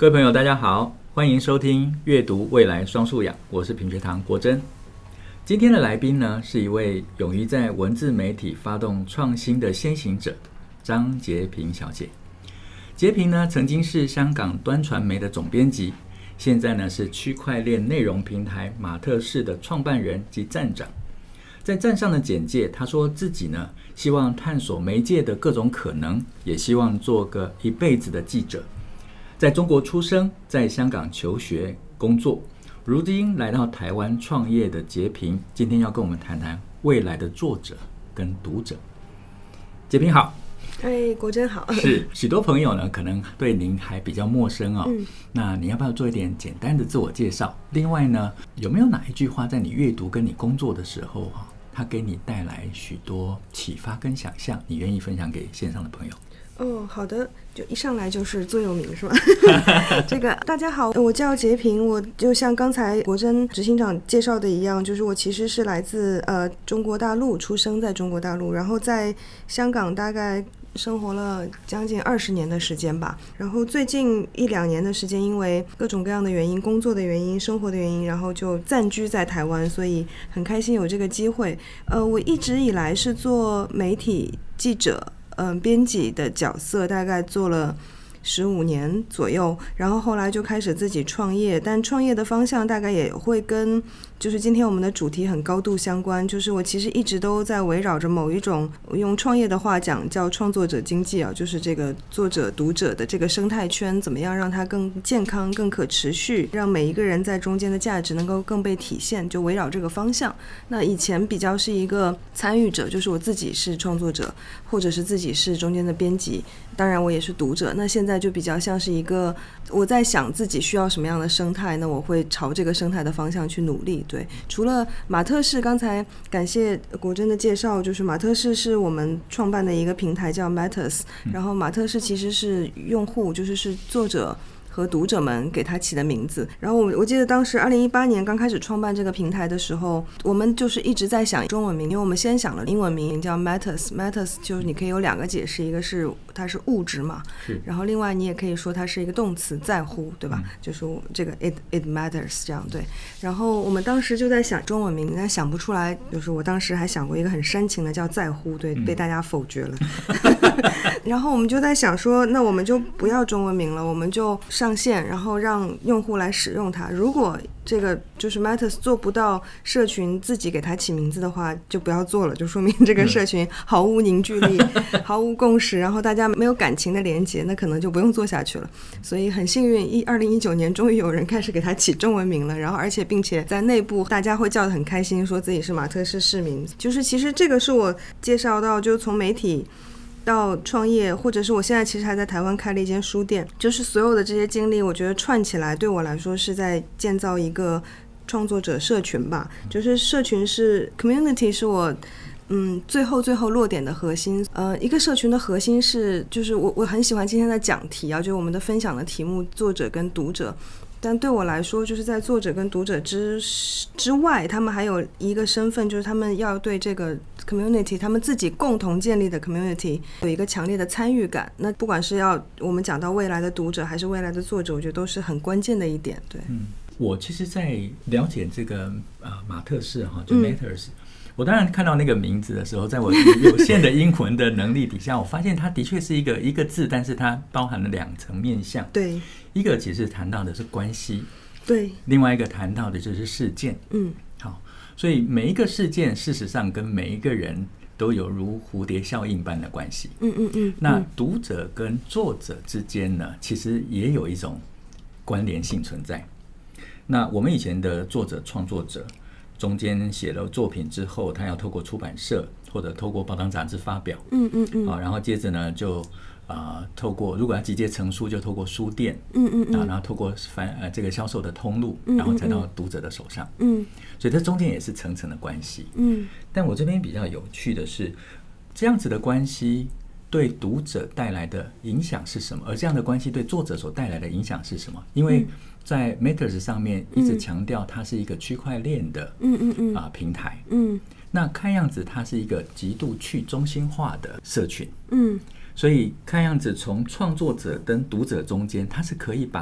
各位朋友大家好，欢迎收听阅读未来双素养，我是品学堂国珍。今天的来宾呢，是一位勇于在文字媒体发动创新的先行者张洁平小姐。洁平呢，曾经是香港端传媒的总编辑，现在呢是区块链内容平台马特氏的创办人及站长。在站上的简介，他说自己呢希望探索媒介的各种可能，也希望做个一辈子的记者。在中国出生，在香港求学工作，如今来到台湾创业的洁平，今天要跟我们谈谈未来的作者跟读者。洁平好。 国珍好。 是许多朋友呢可能对您还比较陌生哦。那你要不要做一点简单的自我介绍？另外呢，有没有哪一句话在你阅读跟你工作的时候它给你带来许多启发跟想象，你愿意分享给线上的朋友？ 好的，就一上来就是座右铭是吧？这个大家好，我叫洁平，我就像刚才国珍执行长介绍的一样，就是我其实是来自中国大陆，出生在中国大陆，然后在香港大概生活了将近20年的时间吧，然后最近1-2年的时间，因为各种各样的原因，工作的原因，生活的原因，然后就暂居在台湾，所以很开心有这个机会。我一直以来是做媒体记者编辑的角色，大概做了15年左右，然后后来就开始自己创业，但创业的方向大概也会跟就是今天我们的主题很高度相关，就是我其实一直都在围绕着某一种，用创业的话讲叫创作者经济啊，就是这个作者读者的这个生态圈，怎么样让它更健康更可持续，让每一个人在中间的价值能够更被体现，就围绕这个方向。那以前比较是一个参与者，就是我自己是创作者，或者是自己是中间的编辑，当然我也是读者。那现在就比较像是一个我在想自己需要什么样的生态，那我会朝这个生态的方向去努力。对，除了马特氏，刚才感谢国珍的介绍，就是马特氏是我们创办的一个平台叫 Matters， 然后马特氏其实是用户，就是作者和读者们给他起的名字。然后我记得当时2018年刚开始创办这个平台的时候，我们就是一直在想中文名，因为我们先想了英文名叫 Matters 就是你可以有2个解释，一个是它是物质嘛，然后另外你也可以说它是一个动词，在乎，对吧？就是这个 it matters 这样。对，然后我们当时就在想中文名，但想不出来，就是我当时还想过一个很煽情的叫在乎，对，被大家否决了。然后我们就在想说，那我们就不要中文名了，我们就上线，然后让用户来使用它。如果这个就是 Matters 做不到社群自己给它起名字的话，就不要做了，就说明这个社群毫无凝聚力，毫无共识，然后大家没有感情的连接，那可能就不用做下去了。所以很幸运2019年终于有人开始给它起中文名了，然后而且并且在内部大家会叫得很开心，说自己是马特氏市民。就是其实这个是我介绍到，就从媒体到创业，或者是我现在其实还在台湾开了一间书店，就是所有的这些经历我觉得串起来对我来说是在建造一个创作者社群吧。就是社群是 community 是我最后落点的核心。一个社群的核心是，就是我很喜欢今天的讲题啊，就是我们的分享的题目作者跟读者，但对我来说，就是在作者跟读者之外，他们还有一个身份，就是他们要对这个 community， 他们自己共同建立的 community 有一个强烈的参与感。那不管是要我们讲到未来的读者还是未来的作者，我觉得都是很关键的一点。对， 我其实在了解这个马特氏就 Matters，我当然看到那个名字的时候，在我有限的英文的能力底下，我发现它的确是一个字，但是它包含了2层面向。 对， 一个其实谈到的是关系， 对，另外一个谈到的就是事件。好，所以每一个事件事实上跟每一个人都有如蝴蝶效应般的关系。那读者跟作者之间呢，其实也有一种关联性存在。那我们以前的作者创作者中间写了作品之后，他要透过出版社或者透过报章杂志发表，然后接着呢就透过如果要集结成书，就透过书店，然后透过这个销售的通路，然后才到读者的手上，所以这中间也是层层的关系。但我这边比较有趣的是，这样子的关系对读者带来的影响是什么？而这样的关系对作者所带来的影响是什么？因为在 Matters 上面一直强调它是一个区块链的平台，那看样子它是一个极度去中心化的社群，所以看样子从创作者跟读者中间，它是可以把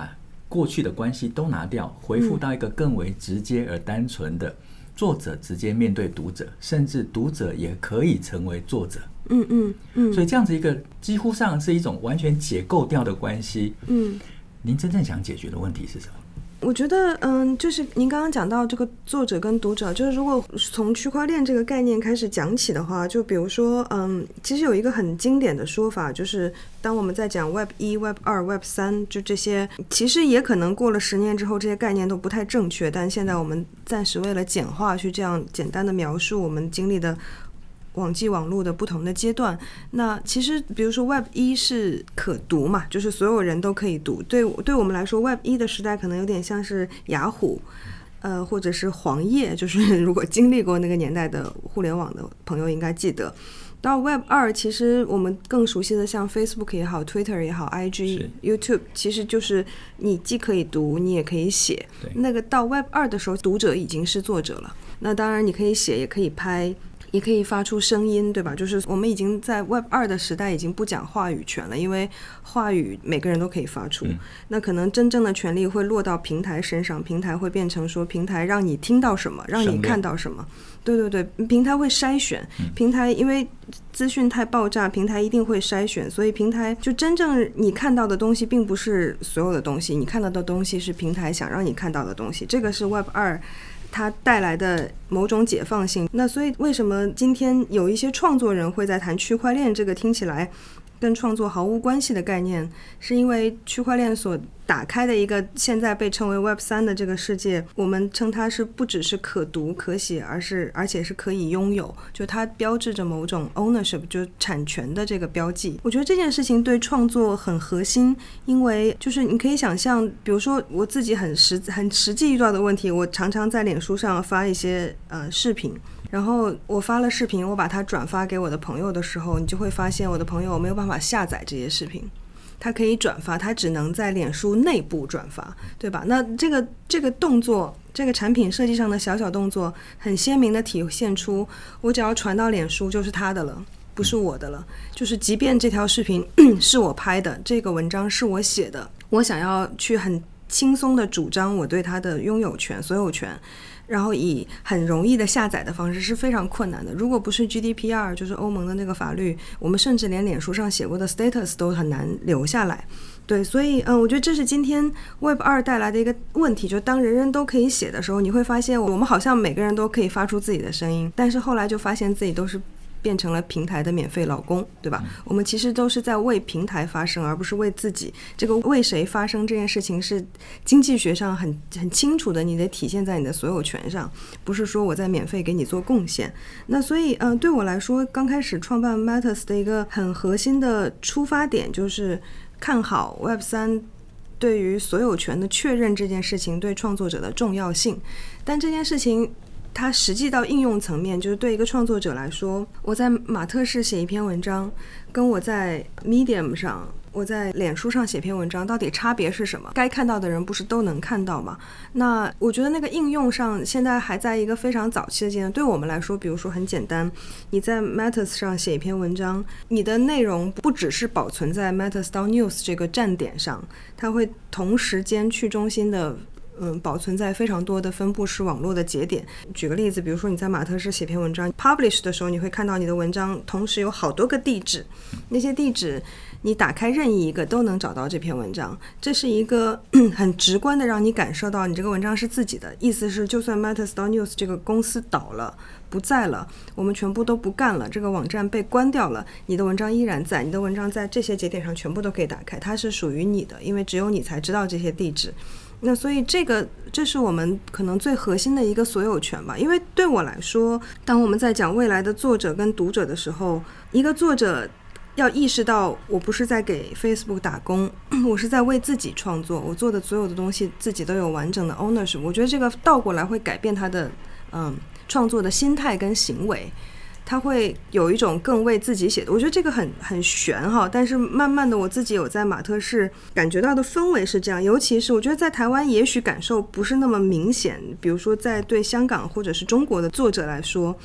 过去的关系都拿掉，恢复到一个更为直接而单纯的作者直接面对读者，甚至读者也可以成为作者。所以这样子一个几乎上是一种完全解构掉的关系。您真正想解决的问题是什么？ 我觉得就是您刚刚讲到这个作者跟读者，就是如果从区块链这个概念开始讲起的话，就比如说其实有一个很经典的说法，就是当我们在讲 Web 1 Web 2 Web 3，就这些其实也可能过了10年之后这些概念都不太正确，但现在我们暂时为了简化去这样简单的描述我们经历的网际网络的不同的阶段。那其实比如说 Web 1是可读嘛，就是所有人都可以读。对我们来说 Web 1的时代可能有点像是雅虎或者是黄页，就是如果经历过那个年代的互联网的朋友应该记得。到 Web 2其实我们更熟悉的像 Facebook 也好 Twitter 也好 IG YouTube 其实就是你既可以读你也可以写。那个到 Web 2的时候读者已经是作者了，那当然你可以写也可以拍也可以发出声音，对吧？就是我们已经在 Web 2的时代已经不讲话语权了，因为话语每个人都可以发出。那可能真正的权利会落到平台身上，平台会变成说平台让你听到什么，让你看到什么。对，平台会筛选，平台因为资讯太爆炸，平台一定会筛选，所以平台就真正你看到的东西并不是所有的东西，你看到的东西是平台想让你看到的东西，这个是 Web 2它带来的某种解放性。那所以为什么今天有一些创作人会在谈区块链这个听起来跟创作毫无关系的概念，是因为区块链所打开的一个现在被称为 Web 3的这个世界，我们称它是不只是可读可写，而且是可以拥有，就它标志着某种 ownership， 就产权的这个标记。我觉得这件事情对创作很核心，因为就是你可以想象，比如说我自己很实际遇到的问题，我常常在脸书上发一些视频，然后我发了视频，我把它转发给我的朋友的时候，你就会发现我的朋友没有办法下载这些视频，他可以转发，他只能在脸书内部转发，对吧？那这个动作，这个产品设计上的小动作，很鲜明的体现出，我只要传到脸书就是他的了，不是我的了。就是即便这条视频是我拍的，这个文章是我写的，我想要去很轻松的主张我对它的拥有权、所有权，然后以很容易的下载的方式是非常困难的。如果不是 GDPR 就是欧盟的那个法律，我们甚至连脸书上写过的 status 都很难留下来。对，所以我觉得这是今天 Web 2带来的一个问题，就当人人都可以写的时候，你会发现我们好像每个人都可以发出自己的声音，但是后来就发现自己都是变成了平台的免费劳工，对吧？我们其实都是在为平台发声，而不是为自己。这个为谁发声这件事情是经济学上很清楚的，你得体现在你的所有权上，不是说我在免费给你做贡献。那所以对我来说，刚开始创办 Matters 的一个很核心的出发点就是看好 Web 3对于所有权的确认这件事情对创作者的重要性。但这件事情它实际到应用层面，就是对一个创作者来说，我在马特氏写一篇文章，跟我在 Medium 上，我在脸书上写篇文章，到底差别是什么？该看到的人不是都能看到吗？那我觉得那个应用上现在还在一个非常早期的阶段。对我们来说，比如说很简单，你在 Matters 上写一篇文章，你的内容不只是保存在 Matters.news 这个站点上，它会同时间去中心的保存在非常多的分布式网络的节点。举个例子，比如说你在马特氏写篇文章 publish 的时候，你会看到你的文章同时有好多个地址，那些地址你打开任意一个都能找到这篇文章。这是一个很直观的让你感受到你这个文章是自己的，意思是就算 Matters.news 这个公司倒了不在了，我们全部都不干了，这个网站被关掉了，你的文章依然在，你的文章在这些节点上全部都可以打开，它是属于你的，因为只有你才知道这些地址。那所以这是我们可能最核心的一个所有权吧。因为对我来说，当我们在讲未来的作者跟读者的时候，一个作者要意识到我不是在给 Facebook 打工，我是在为自己创作，我做的所有的东西自己都有完整的 ownership。 我觉得这个倒过来会改变他的创作的心态跟行为，他会有一种更为自己写的。我觉得这个很玄哈，但是慢慢的我自己有在马特氏感觉到的氛围是这样。尤其是我觉得在台湾也许感受不是那么明显，比如说在对香港或者是中国的作者来说，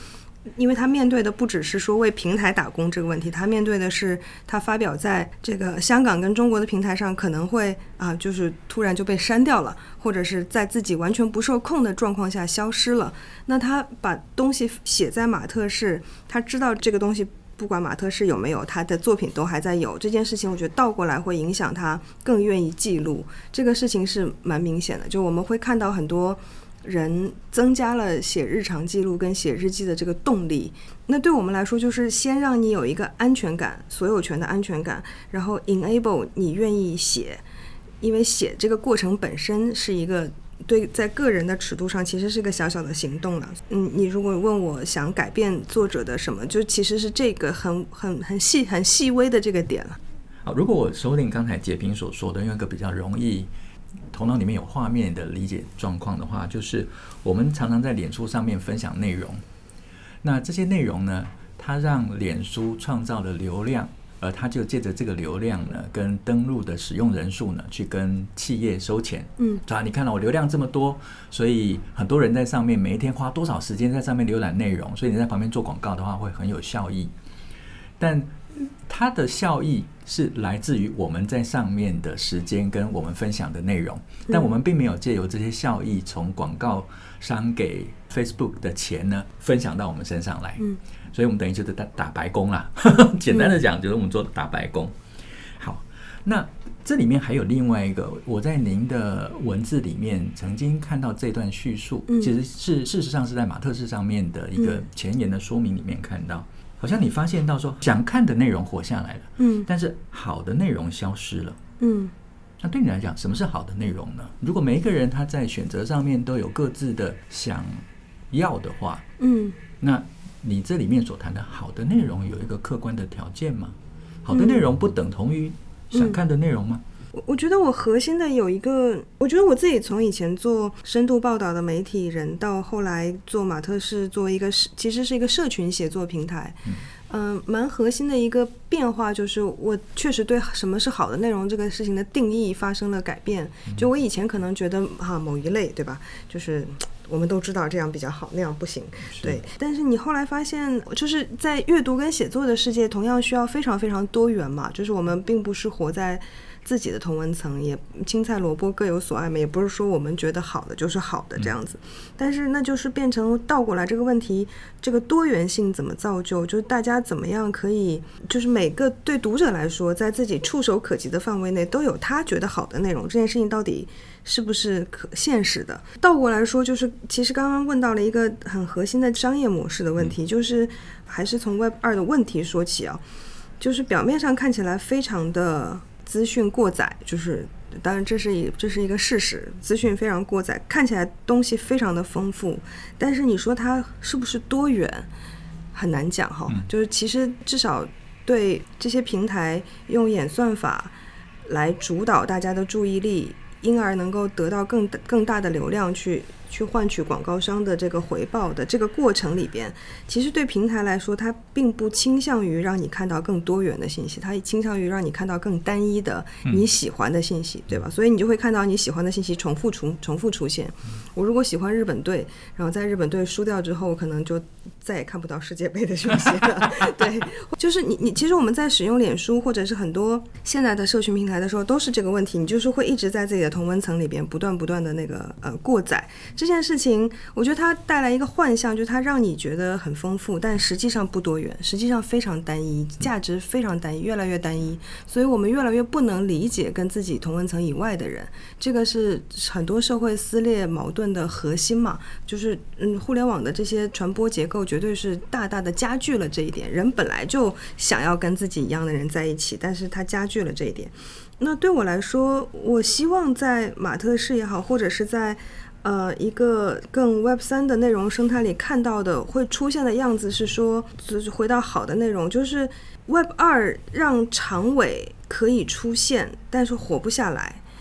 因为他面对的不只是说为平台打工这个问题，他面对的是他发表在这个香港跟中国的平台上可能会就是突然就被删掉了，或者是在自己完全不受控的状况下消失了。那他把东西写在马特氏，他知道这个东西不管马特氏有没有，他的作品都还在有，这件事情我觉得倒过来会影响他更愿意记录，这个事情是蛮明显的。就我们会看到很多人增加了写日常记录跟写日记的这个动力，那对我们来说就是先让你有一个安全感，所有权的安全感，然后 enable 你愿意写，因为写这个过程本身是一个对在个人的尺度上其实是个小小的行动了。你如果问我想改变作者的什么，就其实是这个很细微的这个点了。 好，如果我收听刚才杰平所说的，用一个比较容易头脑里面有画面的理解状况的话，就是我们常常在脸书上面分享内容，那这些内容呢，它让脸书创造了流量，而它就借着这个流量呢，跟登录的使用人数呢，去跟企业收钱。你看到我流量这么多，所以很多人在上面每一天花多少时间在上面浏览内容，所以你在旁边做广告的话会很有效益。但它的效益是来自于我们在上面的时间跟我们分享的内容，但我们并没有借由这些效益从广告商给 Facebook 的钱呢分享到我们身上来。所以我们等于就是打白工啦简单的讲就是我们做打白工。好，那这里面还有另外一个，我在您的文字里面曾经看到这段叙述，其实是事实上是在马特氏上面的一个前言的说明里面看到，好像你发现到说想看的内容活下来了，但是好的内容消失了。那对你来讲什么是好的内容呢？如果每一个人他在选择上面都有各自的想要的话，那你这里面所谈的好的内容有一个客观的条件吗？好的内容不等同于想看的内容吗？ 我觉得我核心的有一个，我觉得我自己从以前做深度报道的媒体人到后来做马特氏，做一个其实是一个社群写作平台，蛮核心的一个变化就是我确实对什么是好的内容这个事情的定义发生了改变。就我以前可能觉得某一类，对吧，就是我们都知道这样比较好，那样不行，对。但是你后来发现，就是在阅读跟写作的世界同样需要非常非常多元嘛，就是我们并不是活在自己的同温层，也青菜萝卜各有所爱嘛，也不是说我们觉得好的就是好的这样子。但是那就是变成倒过来这个问题，这个多元性怎么造就，就是大家怎么样可以，就是每个对读者来说在自己触手可及的范围内都有他觉得好的内容，这件事情到底是不是现实的。倒过来说，就是其实刚刚问到了一个很核心的商业模式的问题，就是还是从 Web2 的问题说起啊，就是表面上看起来非常的资讯过载，就是当然这是一个事实，资讯非常过载，看起来东西非常的丰富，但是你说它是不是多元很难讲哈。就是其实至少对这些平台用演算法来主导大家的注意力，因而能够得到更大的流量去换取广告商的这个回报的这个过程里边，其实对平台来说它并不倾向于让你看到更多元的信息，它倾向于让你看到更单一的你喜欢的信息，对吧？所以你就会看到你喜欢的信息重复出现。我如果喜欢日本队，然后在日本队输掉之后，我可能就再也看不到世界杯的讯息了对，就是你其实我们在使用脸书或者是很多现在的社群平台的时候都是这个问题，你就是会一直在自己的同温层里边不断的那个过载。这件事情我觉得它带来一个幻象，就是它让你觉得很丰富，但实际上不多元，实际上非常单一，价值非常单一，越来越单一，所以我们越来越不能理解跟自己同温层以外的人，这个是很多社会撕裂矛盾的核心嘛。就是互联网的这些传播结构绝对是大大的加剧了这一点，人本来就想要跟自己一样的人在一起，但是它加剧了这一点。那对我来说，我希望在马特氏也好，或者是在一个更 Web3 的内容生态里看到的会出现的样子是说，就是回到好的内容，就是 Web2 让长尾可以出现，但是活不下来。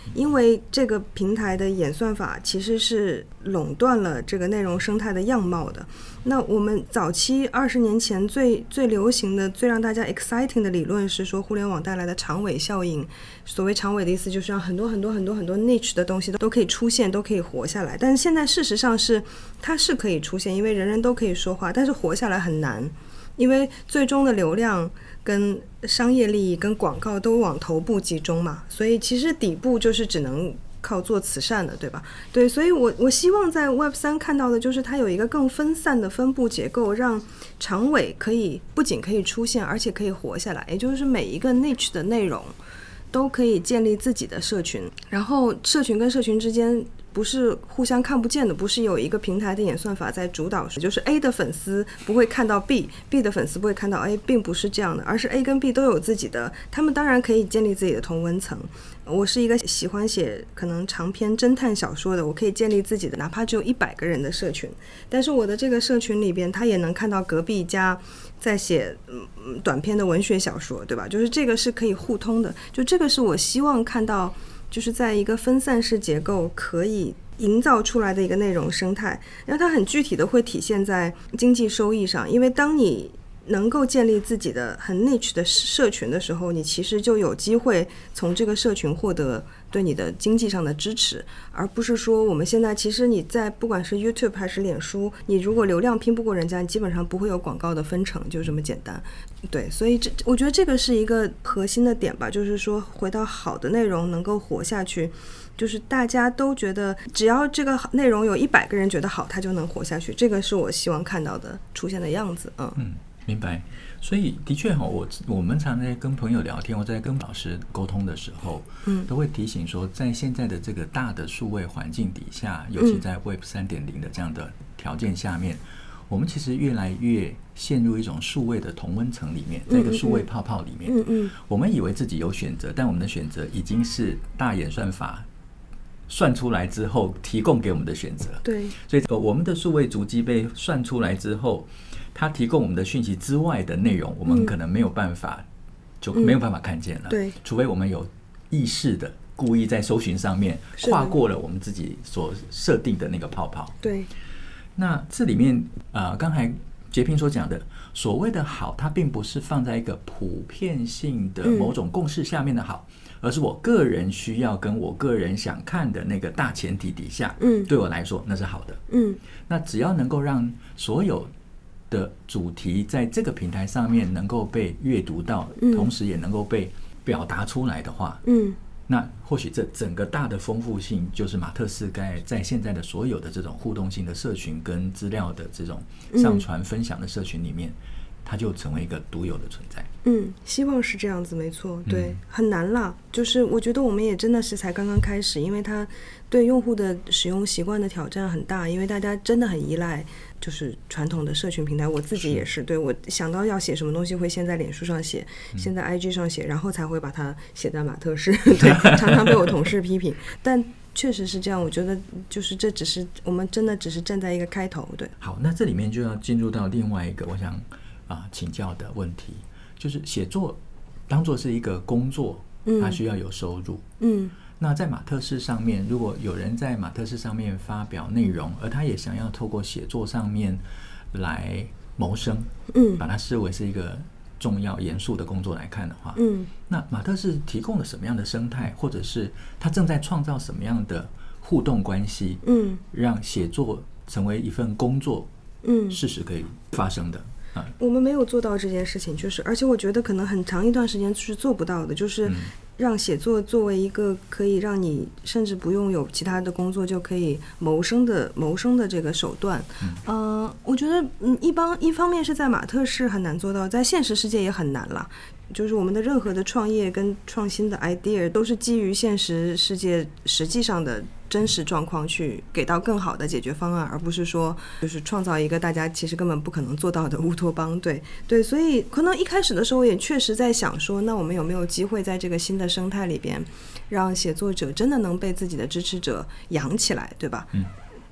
因为这个平台的演算法其实是垄断了这个内容生态的样貌的。那我们早期20年前最流行的、最让大家 exciting 的理论是说互联网带来的长尾效应。所谓长尾的意思就是让很多 niche 的东西都可以出现，都可以活下来。但是现在事实上是它是可以出现，因为人人都可以说话，但是活下来很难，因为最终的流量跟商业利益跟广告都往头部集中嘛，所以其实底部就是只能靠做慈善的，对吧？对，所以我希望在 Web3 看到的就是它有一个更分散的分布结构，让长尾不仅可以出现，而且可以活下来，也就是每一个 niche 的内容都可以建立自己的社群，然后社群跟社群之间不是互相看不见的，不是有一个平台的演算法在主导，就是 A 的粉丝不会看到 B 的粉丝不会看到 A， 并不是这样的，而是 A 跟 B 都有自己的，他们当然可以建立自己的同温层。我是一个喜欢写可能长篇侦探小说的，我可以建立自己的哪怕只有100个人的社群，但是我的这个社群里边他也能看到隔壁家在写短篇的文学小说，对吧？就是这个是可以互通的，就这个是我希望看到，就是在一个分散式结构可以营造出来的一个内容生态，然后它很具体的会体现在经济收益上，因为当你能够建立自己的很 niche 的社群的时候，你其实就有机会从这个社群获得对你的经济上的支持，而不是说我们现在其实你在不管是 YouTube 还是脸书，你如果流量拼不过人家，你基本上不会有广告的分成，就这么简单。对，所以我觉得这个是一个核心的点吧，就是说回到好的内容能够活下去，就是大家都觉得只要这个内容有100个人觉得好，它就能活下去，这个是我希望看到的出现的样子。 明白。所以的确我们常在跟朋友聊天，我在跟老师沟通的时候，都会提醒说，在现在的这个大的数位环境底下，尤其在 Web 3.0 的这样的条件下面，我们其实越来越陷入一种数位的同温层里面，在一个数位泡泡里面，我们以为自己有选择，但我们的选择已经是大演算法算出来之后提供给我们的选择。 对， 所以我们的数位足迹被算出来之后，它提供我们的讯息之外的内容，我们可能没有办法，就没有办法看见了。对，除非我们有意识的故意在搜寻上面跨过了我们自己所设定的那个泡泡。 对， 那这里面刚才杰平所讲的所谓的好，它并不是放在一个普遍性的某种共识下面的好，而是我个人需要跟我个人想看的那个大前提底下，对我来说那是好的。那只要能够让所有的主题在这个平台上面能够被阅读到，同时也能够被表达出来的话，那或许这整个大的丰富性，就是马特斯盖在现在的所有的这种互动性的社群跟资料的这种上传分享的社群里面，它就成为一个独有的存在。 希望是这样子，没错。对，很难啦，就是我觉得我们也真的是才刚刚开始，因为它对用户的使用习惯的挑战很大，因为大家真的很依赖就是传统的社群平台，我自己也是，对，我想到要写什么东西会先在脸书上写，先在 IG 上写，然后才会把它写在马特式对，常常被我同事批评，但确实是这样，我觉得就是这只是我们真的只是站在一个开头。对， 好，那这里面就要进入到另外一个我想请教的问题，就是写作当作是一个工作，它需要有收入。那在马特式上面，如果有人在马特式上面发表内容，而他也想要透过写作上面来谋生，把它视为是一个重要严肃的工作来看的话，那马特式提供了什么样的生态，或者是他正在创造什么样的互动关系，让写作成为一份工作，事实可以发生的。 我们没有做到这件事情，就是而且我觉得可能很长一段时间是做不到的，就是让写作作为一个可以让你甚至不用有其他的工作就可以谋生的这个手段。我觉得一方面是在马特式很难做到，在现实世界也很难啦。就是我们的任何的创业跟创新的 idea 都是基于现实世界实际上的真实状况去给到更好的解决方案，而不是说就是创造一个大家其实根本不可能做到的乌托邦。对，所以可能一开始的时候也确实在想说，那我们有没有机会在这个新的生态里边让写作者真的能被自己的支持者养起来，对吧？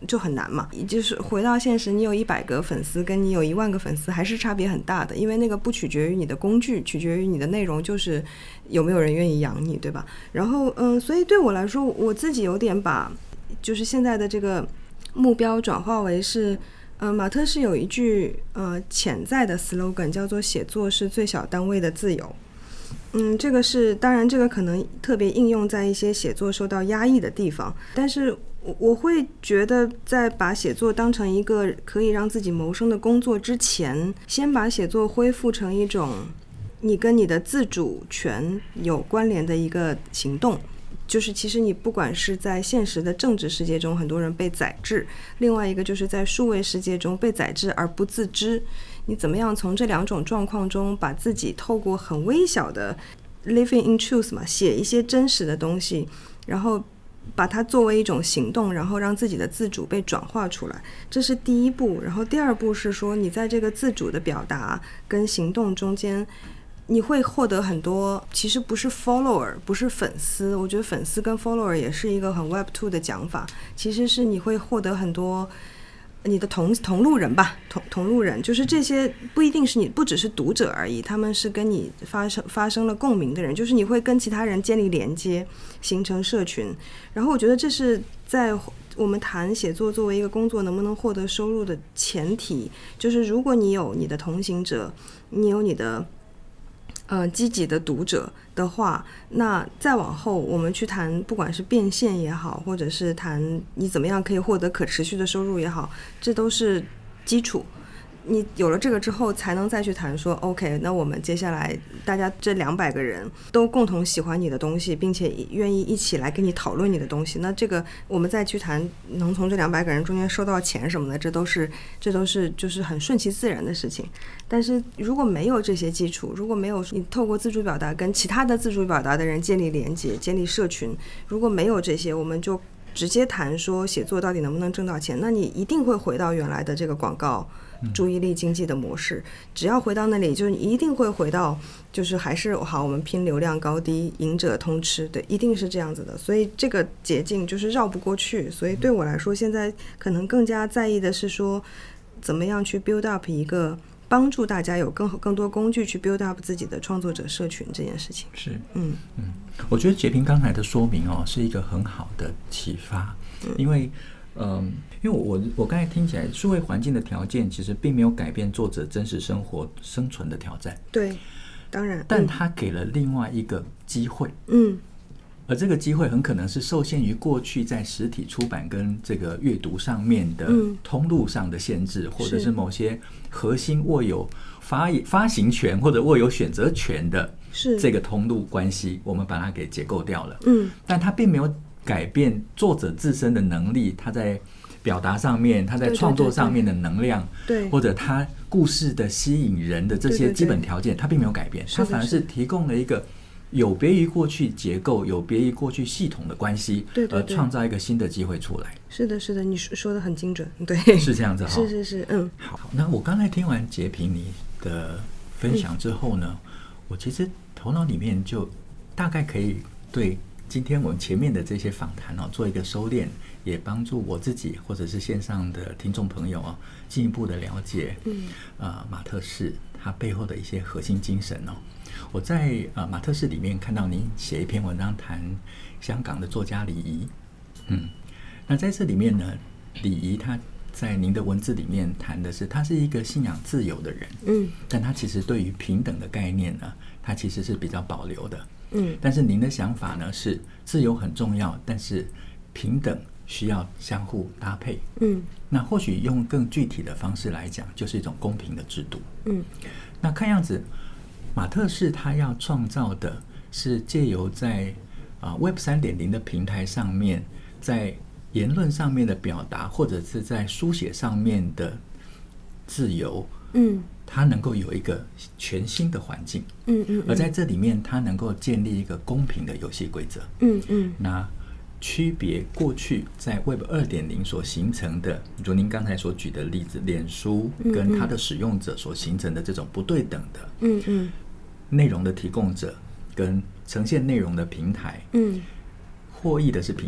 就很难嘛。就是回到现实，你有100个粉丝跟你有1万个粉丝还是差别很大的，因为那个不取决于你的工具，取决于你的内容，就是有没有人愿意养你，对吧？然后所以对我来说，我自己有点把就是现在的这个目标转化为是马特是有一句潜在的 slogan 叫做写作是最小单位的自由。这个是当然这个可能特别应用在一些写作受到压抑的地方，但是我会觉得在把写作当成一个可以让自己谋生的工作之前，先把写作恢复成一种你跟你的自主权有关联的一个行动。就是其实你不管是在现实的政治世界中很多人被宰制，另外一个就是在数位世界中被宰制而不自知，你怎么样从这2种状况中把自己透过很微小的 living in truth 嘛，写一些真实的东西，然后把它作为一种行动，然后让自己的自主被转化出来，这是第一步。然后第2步是说你在这个自主的表达跟行动中间你会获得很多，其实不是 follower 不是粉丝，我觉得粉丝跟 follower 也是一个很 Web2 的讲法，其实是你会获得很多你的同路人吧，同路人，就是这些不一定是你，不只是读者而已，他们是跟你发生了共鸣的人，就是你会跟其他人建立连接，形成社群。然后我觉得这是在我们谈写作作为一个工作能不能获得收入的前提，就是如果你有你的同行者，你有你的积极的读者的话，那再往后我们去谈不管是变现也好，或者是谈你怎么样可以获得可持续的收入也好，这都是基础。你有了这个之后才能再去谈说 OK， 那我们接下来大家这200个人都共同喜欢你的东西，并且愿意一起来跟你讨论你的东西，那这个我们再去谈能从这200个人中间收到钱什么的，这都是就是很顺其自然的事情。但是如果没有这些基础，如果没有你透过自主表达跟其他的自主表达的人建立连接，建立社群，如果没有这些，我们就直接谈说写作到底能不能挣到钱，那你一定会回到原来的这个广告注意力经济的模式。只要回到那里，就是你一定会回到就是还是好，我们拼流量高低，赢者通吃，对，一定是这样子的。所以这个捷径就是绕不过去。所以对我来说，现在可能更加在意的是说怎么样去 build up 一个帮助大家有更多工具去 build up 自己的创作者社群这件事情。 是我觉得杰平刚才的说明是一个很好的启发。因为我刚才听起来，数位环境的条件其实并没有改变作者真实生活生存的挑战。 对，当然， 但他给了另外一个机会。而这个机会很可能是受限于过去在实体出版跟这个阅读上面的通路上的限制，或者是某些核心握有发行权或者握有选择权的这个通路关系，我们把它给解构掉了。但它并没有改变作者自身的能力，他在表达上面，他在创作上面的能量， 对， 或者他故事的吸引人的这些基本条件，他并没有改变，他反而是提供了一个有别于过去结构、有别于过去系统的关系，而创造一个新的机会出来。 是的，是的，你说的很精准，对， 是这样子。 是， 好，那我刚才听完杰平你的分享之后呢，我其实头脑里面就大概可以对今天我们前面的这些访谈做一个收敛，也帮助我自己或者是线上的听众朋友进一步的了解马特氏他背后的一些核心精神我在马特氏里面看到您写一篇文章谈香港的作家李怡。那在这里面呢，李怡他在您的文字里面谈的是他是一个信仰自由的人，但他其实对于平等的概念呢，他其实是比较保留的。但是您的想法呢是自由很重要，但是平等需要相互搭配。那或许用更具体的方式来讲，就是一种公平的制度。那看样子马特氏他要创造的是借由在Web 3.0 的平台上面，在言论上面的表达，或者是在书写上面的自由，它能够有一个全新的环境，而在这里面它能够建立一个公平的游戏规则，那区别过去在 Web 2.0 所形成的，如您刚才所举的例子，脸书跟它的使用者所形成的这种不对等的内容的提供者跟呈现内容的平台，获益的是平台，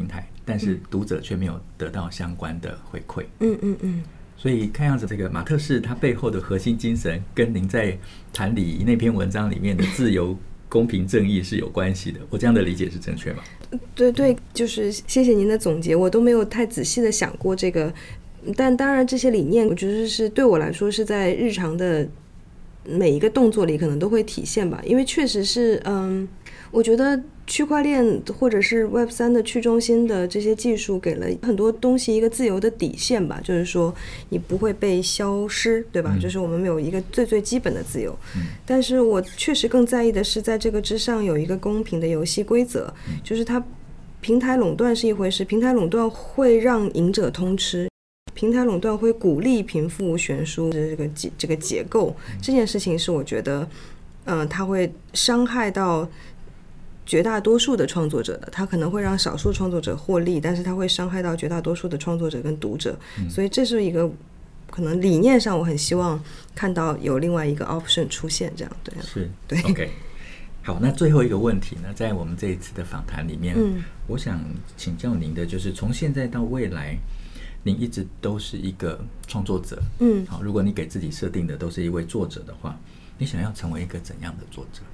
但是读者却没有得到相关的回馈。 嗯， 所以看样子这个马特氏它背后的核心精神跟您在谈礼仪那篇文章里面的自由公平正义是有关系的，我这样的理解是正确吗？ 对，就是谢谢您的总结，我都没有太仔细的想过这个，但当然这些理念我觉得是对我来说是在日常的每一个动作里可能都会体现吧，因为确实是我觉得区块链或者是 Web3 的去中心的这些技术给了很多东西一个自由的底线吧，就是说你不会被消失，对吧？就是我们有一个最基本的自由。但是我确实更在意的是在这个之上有一个公平的游戏规则，就是它平台垄断是一回事，平台垄断会让赢者通吃，平台垄断会鼓励贫富悬殊这个结构，这件事情是我觉得它会伤害到绝大多数的创作者的，它可能会让少数创作者获利，但是它会伤害到绝大多数的创作者跟读者，所以这是一个可能理念上我很希望看到有另外一个 option 出现，这样对， 是对 OK。 好，那最后一个问题呢，在我们这一次的访谈里面，我想请教您的就是从现在到未来您一直都是一个创作者，好，如果你给自己设定的都是一位作者的话，你想要成为一个怎样的作者？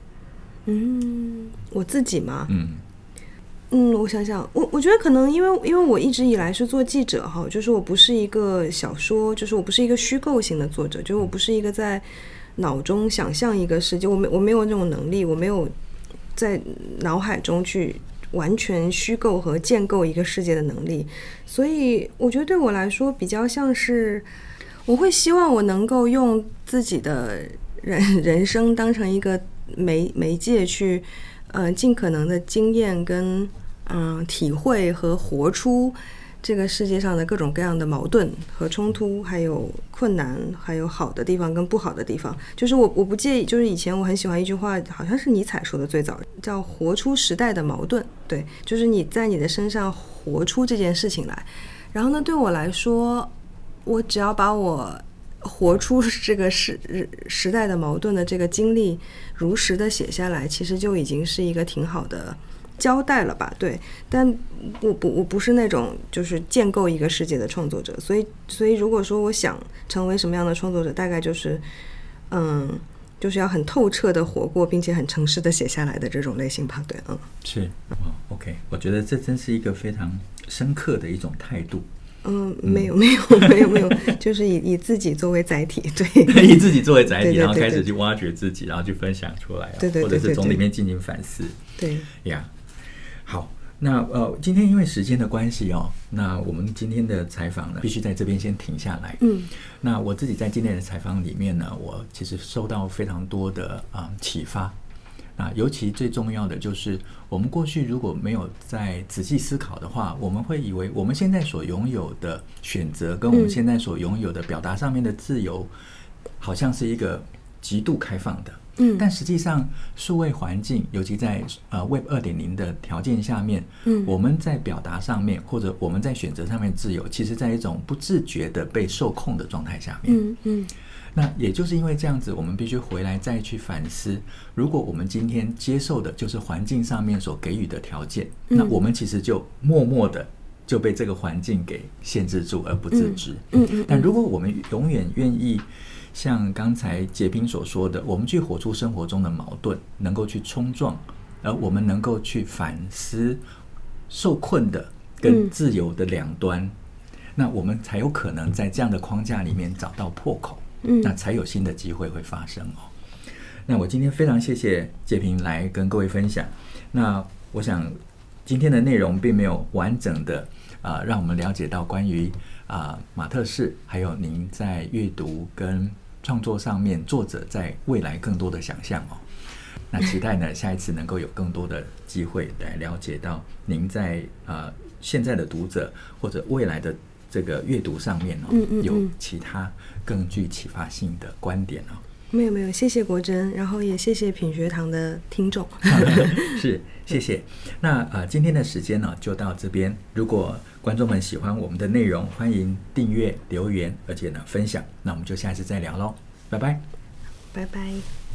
我自己嘛，我想想，我觉得可能因为我一直以来是做记者哈，就是我不是一个小说，就是我不是一个虚构型的作者，就是我不是一个在脑中想象一个世界，我没有那种能力，我没有在脑海中去完全虚构和建构一个世界的能力，所以我觉得对我来说比较像是我会希望我能够用自己的人生当成一个媒介去尽可能的经验跟体会和活出这个世界上的各种各样的矛盾和冲突，还有困难，还有好的地方跟不好的地方。就是我不介意，就是以前我很喜欢一句话，好像是尼采说的最早，叫活出时代的矛盾。对，就是你在你的身上活出这件事情来。然后呢，对我来说，我只要把我活出这个时代的矛盾的这个经历如实的写下来，其实就已经是一个挺好的交代了吧。对，但我不是那种就是建构一个世界的创作者，所以如果说我想成为什么样的创作者，大概就是就是要很透彻的活过，并且很诚实的写下来的这种类型吧。对， 是OK， 我觉得这真是一个非常深刻的一种态度。 没有，就是以自己作为载体，对， 以自己作为载体， 对， 然后开始去挖掘自己，然后去分享出来， 对， 或者是从里面进行反思， 对呀。好，那今天因为时间的关系那我们今天的采访呢，必须在这边先停下来。那我自己在今天的采访里面呢，我其实受到非常多的启发。尤其最重要的就是我们过去如果没有在仔细思考的话，我们会以为我们现在所拥有的选择跟我们现在所拥有的表达上面的自由好像是一个极度开放的，但实际上数位环境尤其在Web 2.0 的条件下面，我们在表达上面或者我们在选择上面自由，其实在一种不自觉的被受控的状态下面。那也就是因为这样子，我们必须回来再去反思，如果我们今天接受的就是环境上面所给予的条件，那我们其实就默默的就被这个环境给限制住而不自知。但如果我们永远愿意像刚才杰平所说的，我们去活出生活中的矛盾，能够去冲撞，而我们能够去反思受困的跟自由的两端，那我们才有可能在这样的框架里面找到破口，那才有新的机会会发生那我今天非常谢谢杰平来跟各位分享。那我想今天的内容并没有完整的让我们了解到关于马特氏还有您在阅读跟创作上面作者在未来更多的想象那期待呢下一次能够有更多的机会来了解到您在现在的读者或者未来的这个阅读上面有其他更具启发性的观点没有，谢谢国珍，然后也谢谢品学堂的听众。 是，谢谢。那今天的时间呢就到这边。如果观众们喜欢我们的内容，欢迎订阅、留言，而且呢分享。那我们就下次再聊咯，拜拜。 拜拜。